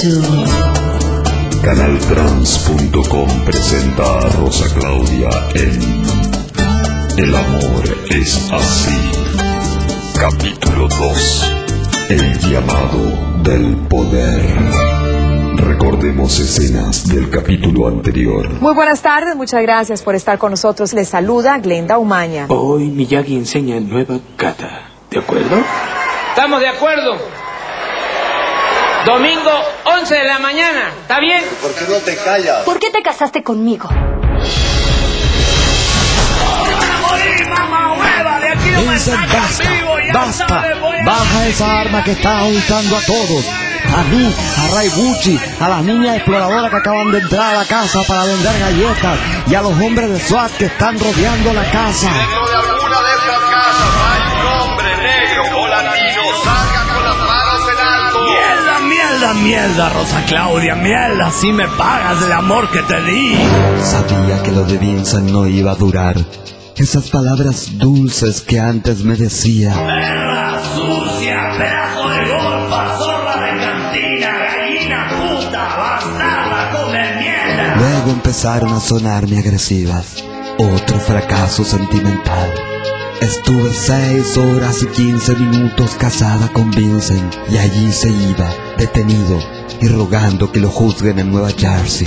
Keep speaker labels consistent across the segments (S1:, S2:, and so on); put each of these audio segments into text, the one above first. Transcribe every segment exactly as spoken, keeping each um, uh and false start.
S1: two.
S2: Canaltrans punto com presenta a Rosa Claudia en El amor es así. Capítulo dos. El llamado del poder. Recordemos escenas del capítulo anterior.
S3: Muy buenas tardes, muchas gracias por estar con nosotros. Les saluda Glenda Umaña.
S4: Hoy Miyagi enseña nueva kata. ¿De acuerdo?
S5: Estamos de acuerdo. Domingo, once de la mañana. ¿Está bien?
S6: ¿Por qué no te callas?
S7: ¿Por qué te casaste conmigo?
S8: Vincent, basta, basta, baja esa arma que está asustando a todos. A mí, a Ray Gucci, a las niñas exploradoras que acaban de entrar a la casa para vender galletas y a los hombres de SWAT que están rodeando la casa.
S6: Dentro de alguna de estas casas hay un hombre negro o latino. Salga con las manos en alto.
S8: Mierda, mierda, mierda, Rosa Claudia, mierda, si me pagas el amor que te di. Sabía que lo de Vincent no iba a durar. Esas palabras dulces que antes me decía. Perra sucia, pedazo de golfa, zorra de cantina, gallina puta, bastarda, come mierda. Luego empezaron a sonarme agresivas. Otro fracaso sentimental. Estuve seis horas y quince minutos casada con Vincent y allí se iba, detenido y rogando que lo juzguen en Nueva Jersey.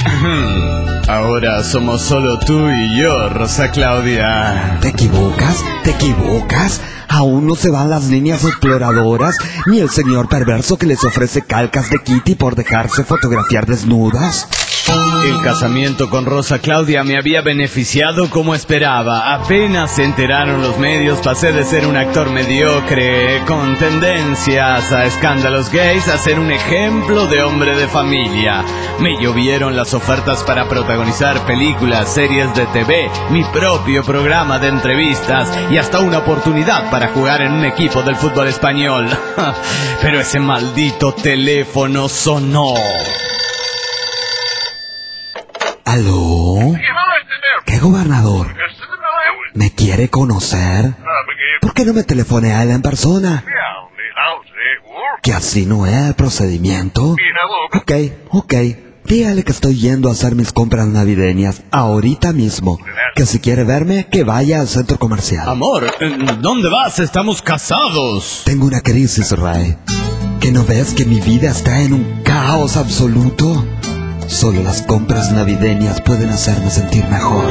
S9: Ahora somos solo tú y yo, Rosa Claudia.
S8: ¿Te equivocas? ¿Te equivocas? Aún no se van las niñas exploradoras, ni el señor perverso que les ofrece calcas de Kitty por dejarse fotografiar desnudas.
S9: El casamiento con Rosa Claudia me había beneficiado como esperaba. Apenas se enteraron los medios, pasé de ser un actor mediocre, con tendencias a escándalos gays, a ser un ejemplo de hombre de familia. Me llovieron las ofertas para protagonizar películas, series de T V, mi propio programa de entrevistas y hasta una oportunidad para jugar en un equipo del fútbol español. Pero ese maldito teléfono sonó.
S8: ¿Aló? ¿Qué gobernador? ¿Me quiere conocer? ¿Por qué no me telefonea él en persona? ¿Que así no es el procedimiento? Ok, ok. Dígale que estoy yendo a hacer mis compras navideñas ahorita mismo. Que si quiere verme, que vaya al centro comercial.
S9: Amor, ¿dónde vas? Estamos casados.
S8: Tengo una crisis, Ray. ¿Que no ves que mi vida está en un caos absoluto? Solo las compras navideñas pueden hacerme sentir mejor.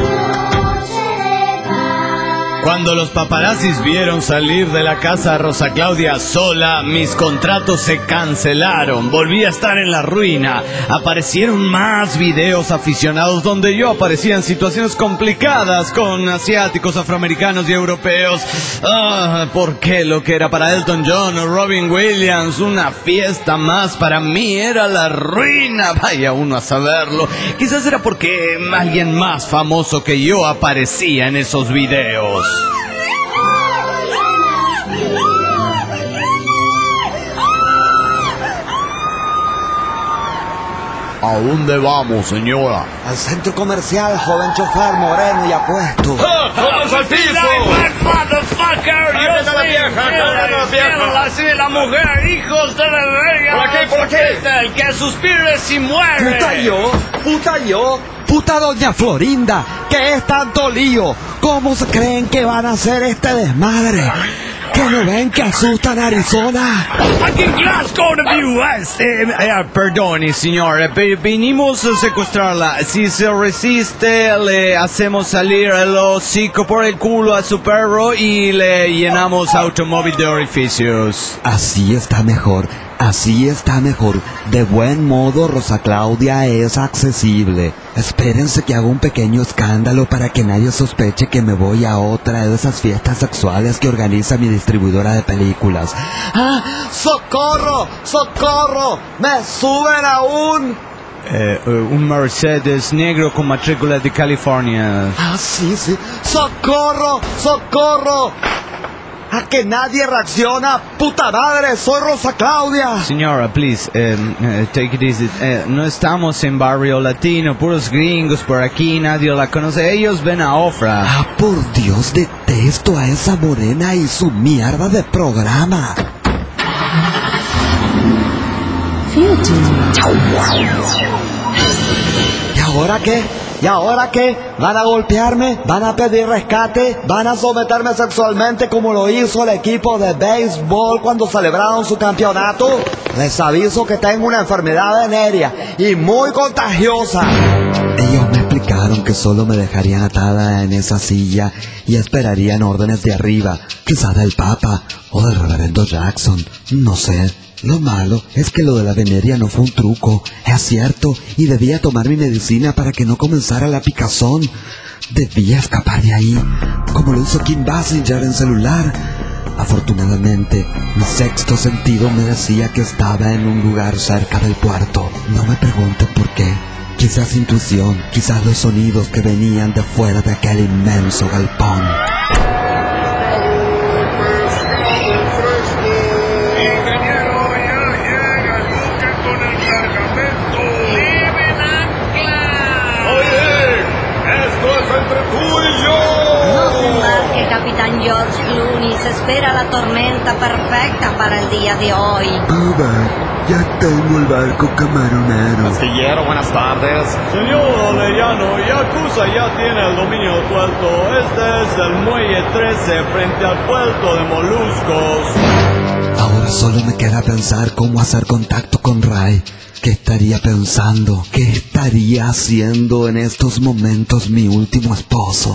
S9: Cuando los paparazzis vieron salir de la casa a Rosa Claudia sola, mis contratos se cancelaron. Volví a estar en la ruina. Aparecieron más videos aficionados donde yo aparecía en situaciones complicadas con asiáticos, afroamericanos y europeos. Ah, ¿por qué lo que era para Elton John o Robin Williams una fiesta más para mí era la ruina? Vaya uno a saberlo. Quizás era porque alguien más famoso que yo aparecía en esos videos.
S8: ¿A dónde vamos, señora? Al centro comercial, joven chofer moreno y apuesto.
S5: ¡Vamos al piso! ¡Motherfucker! ¡Yo soy la vieja! ¡Así la mujer! ¡Hijos de la verga!
S6: ¿Por aquí, por aquí?
S5: El que suspire si muere.
S8: ¡Puta yo! ¡Puta yo! ¡Puta doña Florinda! ¿Qué es tanto lío? ¿Cómo se creen que van a hacer este desmadre? ¿Que no ven que asustan a Arizona?
S9: Aquí en Glasgow, de U S Eh, eh, perdone, señor, eh, vinimos a secuestrarla. Si se resiste, le hacemos salir el hocico por el culo a su perro y le llenamos automóvil de orificios.
S8: Así está mejor. Así está mejor. De buen modo, Rosa Claudia es accesible. Espérense que haga un pequeño escándalo para que nadie sospeche que me voy a otra de esas fiestas sexuales que organiza mi distribuidora de películas. ¡Ah! ¡Socorro! ¡Socorro! ¡Me suben a un...
S9: Eh, uh, un Mercedes negro con matrícula de California.
S8: Ah, sí, sí. ¡Socorro! ¡Socorro! ¡A que nadie reacciona! ¡Puta madre! ¡Soy Rosa Claudia!
S9: Señora, please, um, uh, take it easy. Uh, no estamos en barrio latino, puros gringos por aquí, nadie la conoce. Ellos ven a Ofra.
S8: ¡Ah, por Dios! Detesto a esa morena y su mierda de programa. ¿Y ahora qué? ¿Y ahora qué? ¿Van a golpearme? ¿Van a pedir rescate? ¿Van a someterme sexualmente como lo hizo el equipo de béisbol cuando celebraron su campeonato? Les aviso que tengo una enfermedad venérea y muy contagiosa. Ellos me explicaron que solo me dejarían atada en esa silla y esperarían órdenes de arriba, quizá del Papa o del reverendo Jackson, no sé. Lo malo es que lo de la veneria no fue un truco, es cierto, y debía tomar mi medicina para que no comenzara la picazón. Debía escapar de ahí, como lo hizo Kim Basinger en celular. Afortunadamente, mi sexto sentido me decía que estaba en un lugar cerca del puerto. No me pregunten por qué. Quizás intuición, quizás los sonidos que venían de fuera de aquel inmenso galpón.
S1: Capitán George Clooney, se espera la tormenta perfecta para el día de hoy.
S8: Uber, ya tengo el barco camaronero.
S6: Astillero, buenas tardes.
S9: Señor Orellano, Yakuza ya tiene el dominio del puerto. Este es el muelle trece frente al puerto de Moluscos.
S8: Ahora solo me queda pensar cómo hacer contacto con Ray. ¿Qué estaría pensando? ¿Qué estaría haciendo en estos momentos mi último esposo?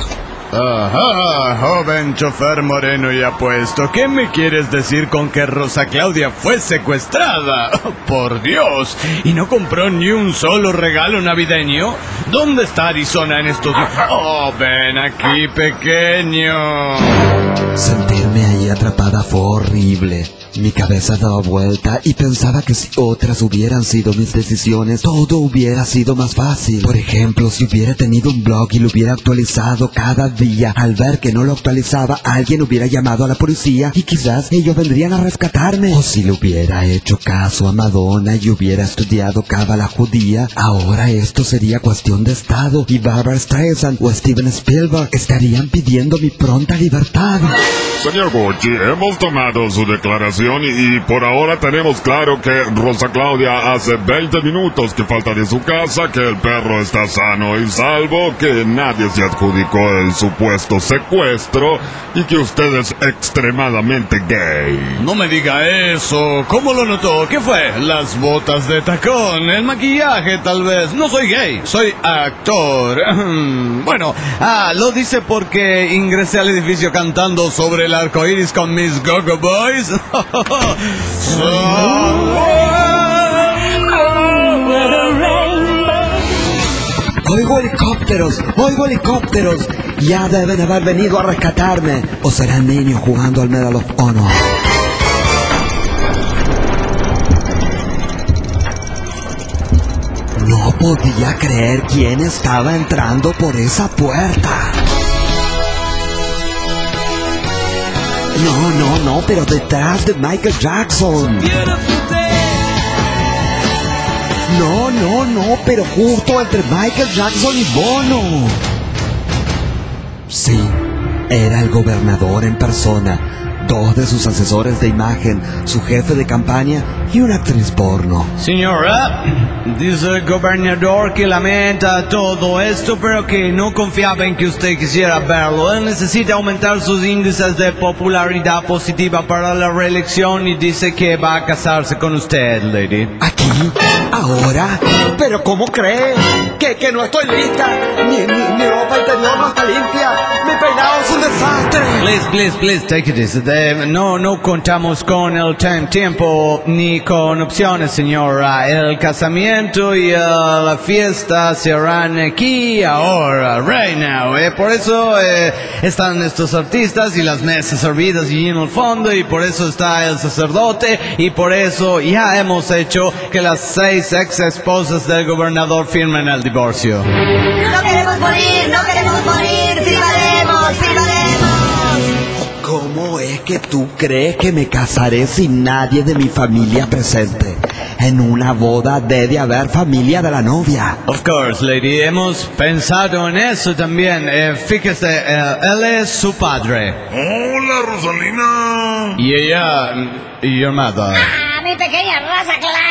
S9: Ajá, joven chofer moreno y apuesto, ¿qué me quieres decir con que Rosa Claudia fue secuestrada? Oh, por Dios, ¿y no compró ni un solo regalo navideño? ¿Dónde está Arizona en estos días? Oh, ven aquí, pequeño.
S8: Sentirme ahí atrapada fue horrible. Mi cabeza daba vuelta y pensaba que si otras hubieran sido mis decisiones, todo hubiera sido más fácil. Por ejemplo, si hubiera tenido un blog y lo hubiera actualizado cada día, al ver que no lo actualizaba, alguien hubiera llamado a la policía y quizás ellos vendrían a rescatarme. O si le hubiera hecho caso a Madonna y hubiera estudiado cábala judía, ahora esto sería cuestión de estado y Barbra Streisand o Steven Spielberg estarían pidiendo mi pronta libertad.
S2: Señor Gucci, hemos tomado su declaración y, y por ahora tenemos claro que Rosa Claudia hace veinte minutos que falta de su casa, que el perro está sano y salvo, que nadie se adjudicó el supuesto secuestro y que usted es extremadamente gay.
S9: No me diga eso. ¿Cómo lo notó? ¿Qué fue? Las botas de tacón, el maquillaje tal vez. No soy gay, soy actor. Bueno, ah, lo dice porque ingresé al edificio cantando sobre el arco iris con mis Go-Go Boys.
S8: Oigo helicópteros, oigo helicópteros. Ya deben haber venido a rescatarme. O serán niños jugando al Medal of Honor. No podía creer quién estaba entrando por esa puerta. No, no, no, pero detrás de Michael Jackson. No, no, no, pero justo entre Michael Jackson y Bono. Sí, era el gobernador en persona, dos de sus asesores de imagen, su jefe de campaña y una actriz porno.
S9: Señora, dice el gobernador que lamenta todo esto, pero que no confiaba en que usted quisiera verlo. Él necesita aumentar sus índices de popularidad positiva para la reelección y dice que va a casarse con usted, lady.
S8: ¿Aquí? ¿Ahora? ¿Pero cómo cree? ¿Que, que no estoy lista? Mi, mi, mi ropa interior no está limpia. Mi peinado es un desastre.
S9: Please, please, please, take it easy. Eh, no, no contamos con el tem- tiempo ni con opciones, señora. El casamiento y uh, la fiesta se harán aquí, ahora, right now. Eh. Por eso eh, están estos artistas y las mesas servidas y en el fondo, y por eso está el sacerdote, y por eso ya hemos hecho que las seis ex esposas del gobernador firmen el divorcio.
S1: No queremos morir, no queremos morir, firmaremos, firmaremos.
S8: ¿Cómo es que tú crees que me casaré sin nadie de mi familia presente? En una boda debe haber familia de la novia.
S9: Of course, lady. Hemos pensado en eso también. Eh, fíjese, eh, él es su padre.
S2: Hola, Rosalina.
S9: Y ella, your mother.
S1: Ah, mi pequeña Rosa Claudia.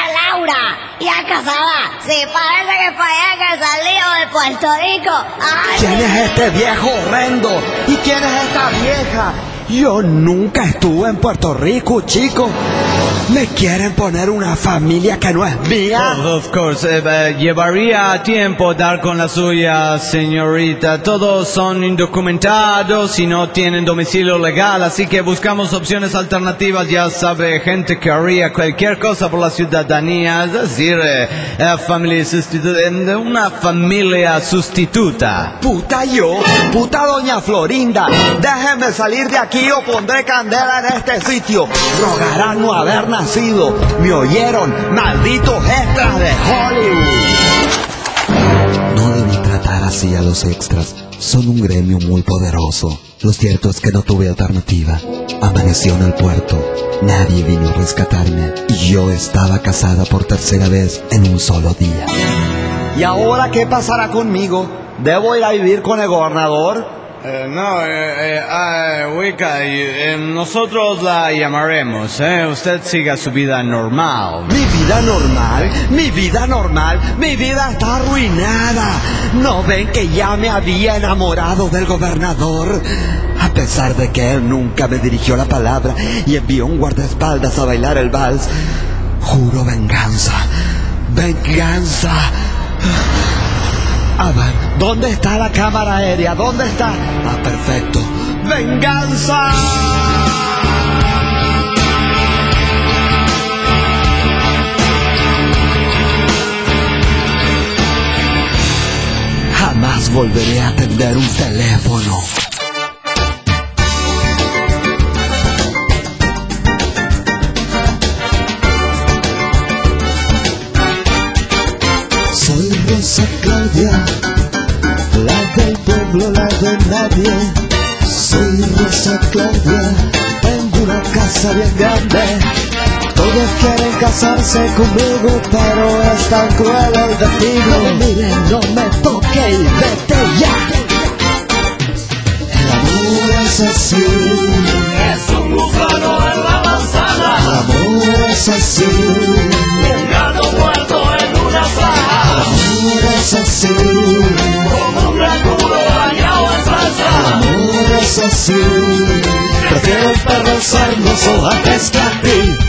S1: Laura, ya casada. Sí, parece que fue ella que salió de Puerto Rico. Ay,
S8: ¿Quién es este viejo horrendo? ¿Y quién es esta vieja? Yo nunca estuve en Puerto Rico, chicos. ¿Me quieren poner una familia que no es mía?
S9: Oh, of course, eh, eh, llevaría tiempo dar con la suya, señorita. Todos son indocumentados y no tienen domicilio legal, así que buscamos opciones alternativas. Ya sabe, gente que haría cualquier cosa por la ciudadanía, es decir, eh, eh, familia sustitu- eh, una familia sustituta.
S8: Puta yo, puta doña Florinda, déjenme salir de aquí o pondré candela en este sitio. Rogarán no haber nacido. ¿Me oyeron? Malditos extras de Hollywood. No debí tratar así a los extras. Son un gremio muy poderoso. Lo cierto es que no tuve alternativa. Amaneció en el puerto. Nadie vino a rescatarme. Y yo estaba casada por tercera vez en un solo día. ¿Y ahora qué pasará conmigo? ¿Debo ir a vivir con el gobernador?
S9: Eh, no, eh, eh, ah, Wicca, eh, nosotros la llamaremos, ¿eh? Usted siga su vida normal.
S8: Mi vida normal, mi vida normal, mi vida está arruinada. ¿No ven que ya me había enamorado del gobernador? A pesar de que él nunca me dirigió la palabra y envió un guardaespaldas a bailar el vals. Juro venganza, venganza. A ver, ¿dónde está la cámara aérea? ¿Dónde está? Ah, perfecto. ¡Venganza! Jamás volveré a atender un teléfono. Soy Rosa Claudia, la del pueblo, la de nadie. Soy Rosa Claudia, tengo una casa bien grande. Todos quieren casarse conmigo, pero es tan cruel el destino. Mire, no me toque y vete ya. El amor es así,
S5: Es un gusano en la manzana,
S8: el amor es así,
S5: un gato muerto en una sala,
S8: el amor es así,
S5: como un recuro bañado en
S8: el
S5: salsa.
S8: amor es así. Prefiero un perro hermoso antes que a ti.